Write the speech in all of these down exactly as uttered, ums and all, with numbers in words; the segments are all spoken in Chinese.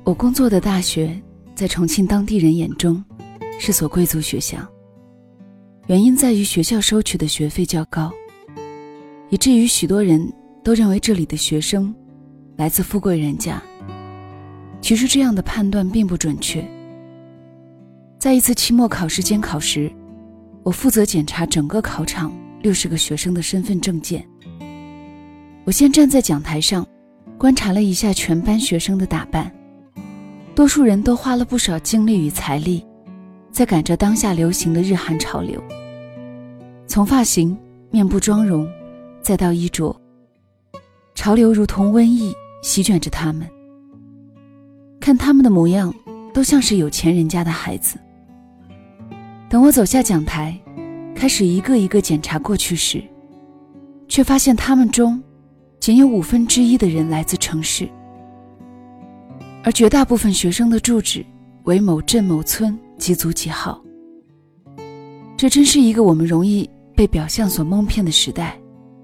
我工作的大学在重庆当地人眼中是所贵族学校，原因在于学校收取的学费较高，以至于许多人都认为这里的学生来自富贵人家。其实这样的判断并不准确。在一次期末考试监考时，我负责检查整个考场六十个学生的身份证件。我先站在讲台上观察了一下全班学生的打扮，多数人都花了不少精力与财力在赶着当下流行的日韩潮流，从发型、面部妆容再到衣着，潮流如同瘟疫席卷着他们。看他们的模样都像是有钱人家的孩子。等我走下讲台开始一个一个检查过去时，却发现他们中仅有五分之一的人来自城市，而绝大部分学生的住址为某镇某村几组几号。这真是一个我们容易被表象所蒙骗的时代。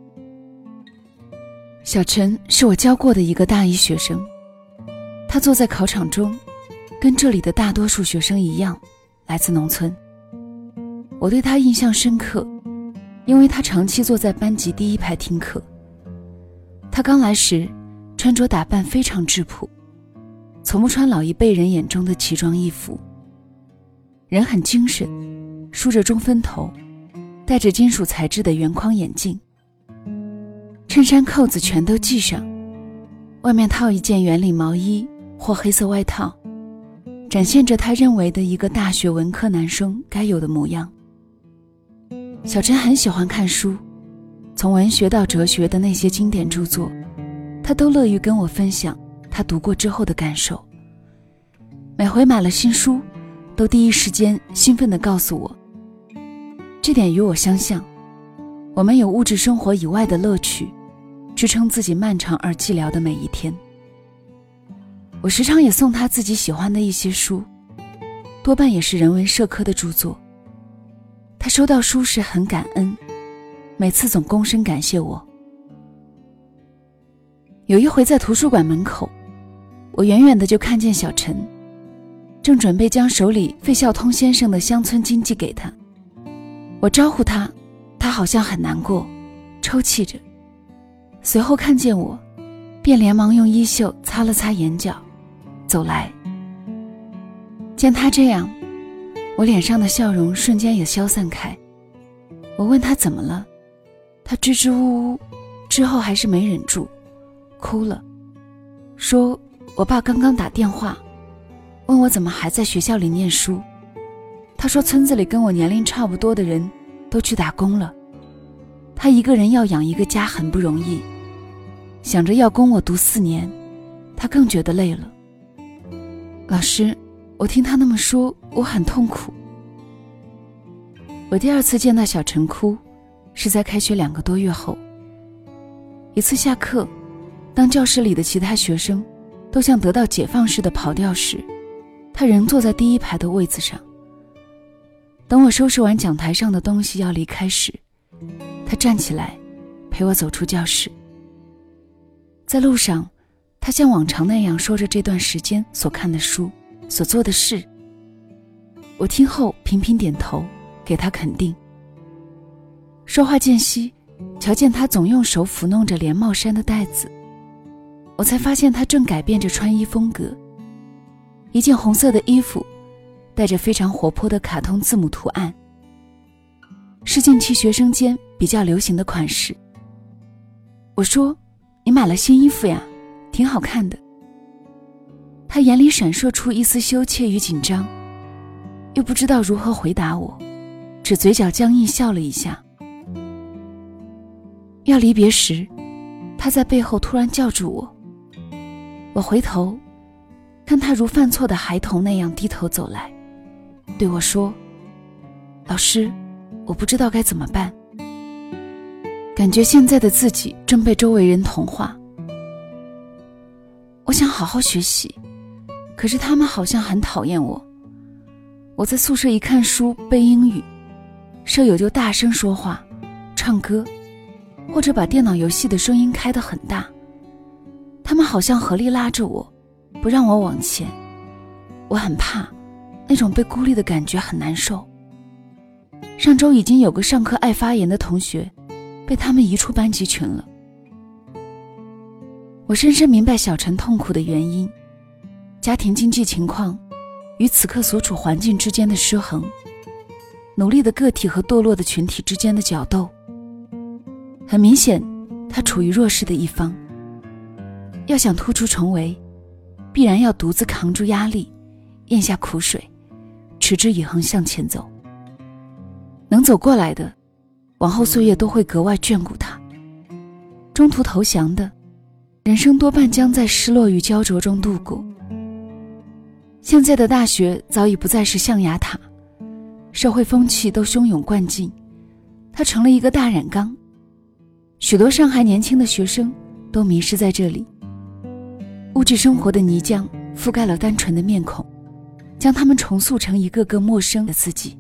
小陈是我教过的一个大一学生，他坐在考场中，跟这里的大多数学生一样，来自农村。我对他印象深刻，因为他长期坐在班级第一排听课。他刚来时穿着打扮非常质朴，从不穿老一辈人眼中的奇装异服，人很精神，梳着中分头，戴着金属材质的圆框眼镜，衬衫扣子全都系上，外面套一件圆领毛衣或黑色外套，展现着他认为的一个大学文科男生该有的模样。小陈很喜欢看书，从文学到哲学的那些经典著作，他都乐于跟我分享他读过之后的感受。每回买了新书，都第一时间兴奋地告诉我。这点与我相像，我们有物质生活以外的乐趣，支撑自己漫长而寂寥的每一天。我时常也送他自己喜欢的一些书，多半也是人文社科的著作。他收到书时很感恩，每次总躬身感谢我。有一回在图书馆门口，我远远的就看见小陈正准备将手里费孝通先生的乡村经济给他。我招呼他，他好像很难过，抽泣着，随后看见我便连忙用衣袖擦了擦眼角走来。见他这样，我脸上的笑容瞬间也消散开。我问他怎么了，他支支吾吾，之后还是没忍住哭了，说我爸刚刚打电话问我怎么还在学校里念书，他说村子里跟我年龄差不多的人都去打工了，他一个人要养一个家很不容易，想着要供我读四年，他更觉得累了。老师，我听他那么说，我很痛苦。我第二次见到小陈哭，是在开学两个多月后。一次下课，当教室里的其他学生都像得到解放似的跑掉时，他仍坐在第一排的位子上。等我收拾完讲台上的东西要离开时，他站起来陪我走出教室。在路上，他像往常那样说着这段时间所看的书，所做的事。我听后频频点头，给他肯定。说话间隙，瞧见他总用手抚弄着连帽衫的带子，我才发现他正改变着穿衣风格。一件红色的衣服，带着非常活泼的卡通字母图案，是近期学生间比较流行的款式。我说，你买了新衣服呀，挺好看的。他眼里闪烁出一丝羞怯与紧张，又不知道如何回答我，只嘴角僵硬笑了一下。要离别时，他在背后突然叫住我。我回头看他如犯错的孩童那样低头走来，对我说，老师，我不知道该怎么办。感觉现在的自己正被周围人同化。我想好好学习，可是他们好像很讨厌我。我在宿舍一看书背英语，舍友就大声说话唱歌，或者把电脑游戏的声音开得很大，他们好像合力拉着我， 不让我往前。我很怕，那种被孤立的感觉很难受。上周已经有个上课爱发言的同学被他们移出班级群了。我深深明白小陈痛苦的原因，家庭经济情况与此刻所处环境之间的失衡，努力的个体和堕落的群体之间的角斗。很明显，他处于弱势的一方，要想突出重围，必然要独自扛住压力，咽下苦水，持之以恒向前走。能走过来的，往后岁月都会格外眷顾他；中途投降的，人生多半将在失落与焦灼中度过。现在的大学早已不再是象牙塔，社会风气都汹涌灌进，它成了一个大染缸。许多上海年轻的学生都迷失在这里，物质生活的泥浆覆盖了单纯的面孔，将他们重塑成一个个陌生的自己。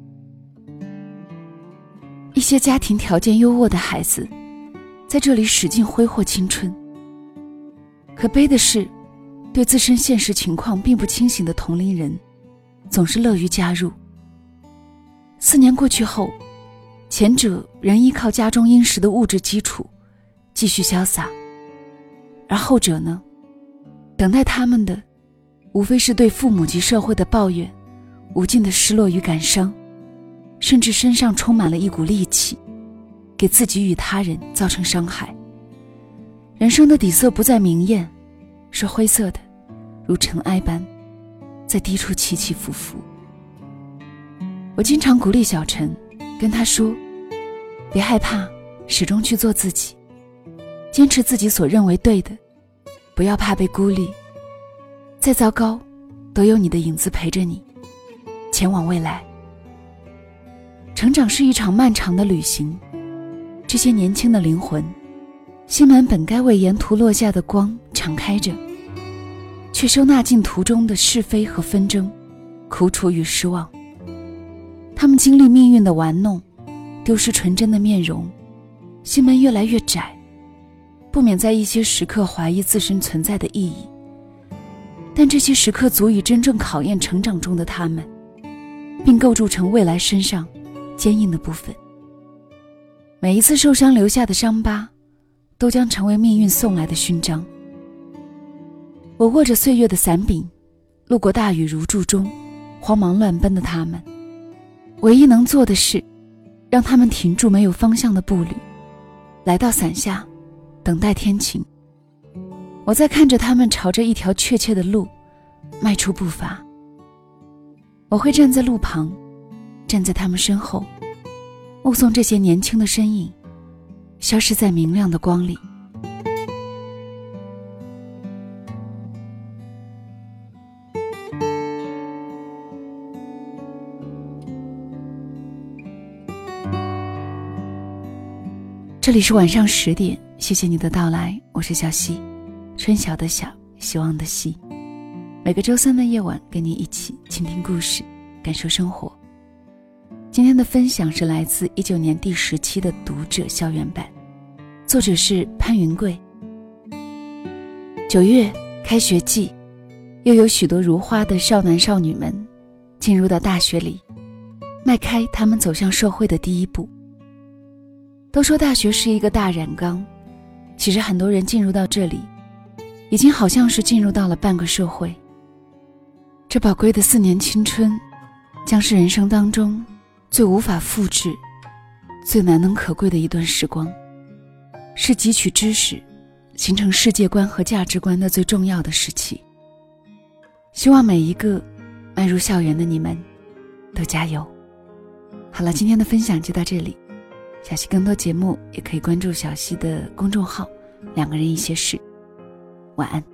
一些家庭条件优渥的孩子在这里使劲挥霍青春，可悲的是，对自身现实情况并不清醒的同龄人总是乐于加入。四年过去后，前者仍依靠家中殷实的物质基础继续潇洒，而后者呢，等待他们的无非是对父母及社会的抱怨，无尽的失落与感伤，甚至身上充满了一股戾气，给自己与他人造成伤害。人生的底色不再明艳，是灰色的，如尘埃般在低处起起伏伏。我经常鼓励小陈，跟他说，别害怕，始终去做自己，坚持自己所认为对的，不要怕被孤立，再糟糕都有你的影子陪着你前往未来。成长是一场漫长的旅行，这些年轻的灵魂心门本该为沿途落下的光敞开着，却收纳进途中的是非和纷争，苦楚与失望。他们经历命运的玩弄，丢失纯真的面容，心门越来越窄，不免在一些时刻怀疑自身存在的意义。但这些时刻足以真正考验成长中的他们，并构筑成未来身上坚硬的部分。每一次受伤留下的伤疤，都将成为命运送来的勋章。我握着岁月的伞柄，路过大雨如注中慌忙乱奔的他们，唯一能做的是让他们停住没有方向的步履，来到伞下等待天晴。我在看着他们朝着一条确切的路迈出步伐。我会站在路旁，站在他们身后，目送这些年轻的身影消失在明亮的光里。这里是晚上十点，谢谢你的到来，我是小溪，春晓的晓，希望的希。每个周三的夜晚跟你一起倾听故事，感受生活。今天的分享是来自一九年第十期的读者校园版，作者是潘云贵。九月开学季，又有许多如花的少男少女们进入到大学里，迈开他们走向社会的第一步。都说大学是一个大染缸，其实很多人进入到这里，已经好像是进入到了半个社会。这宝贵的四年青春，将是人生当中最无法复制、最难能可贵的一段时光，是汲取知识、形成世界观和价值观的最重要的时期。希望每一个迈入校园的你们都加油。好了，今天的分享就到这里。小溪更多节目也可以关注小溪的公众号两个人一些事。晚安。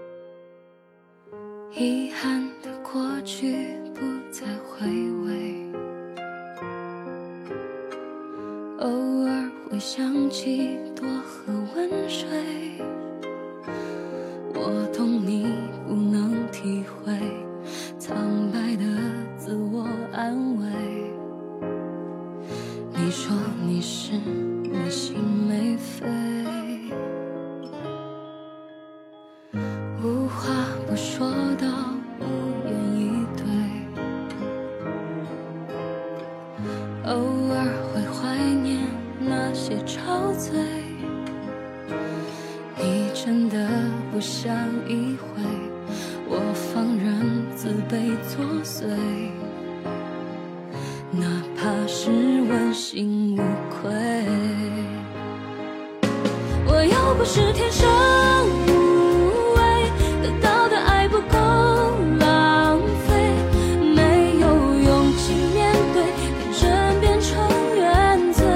遗憾的过去不再回味，偶尔会想起多喝温水，我懂你不能体会苍白的自我安慰。你说你是没心没肺，无话不说些憔悴，你真的不想一回，我放任自卑作祟，哪怕是问心无愧。我又不是天生无畏，得到的爱不够浪费，没有勇气面对，天真变成原罪。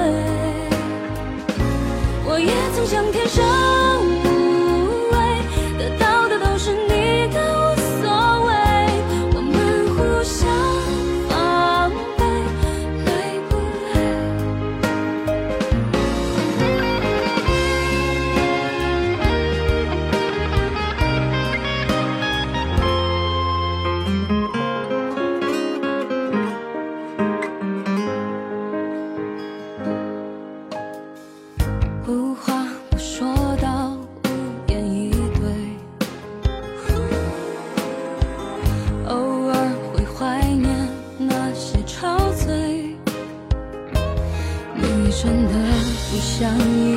我也曾想天生无畏，得到的都是你的无所谓，我们互相防备，累不累？无话不说到无言以对，偶尔会怀念那些憔悴，你真的不想一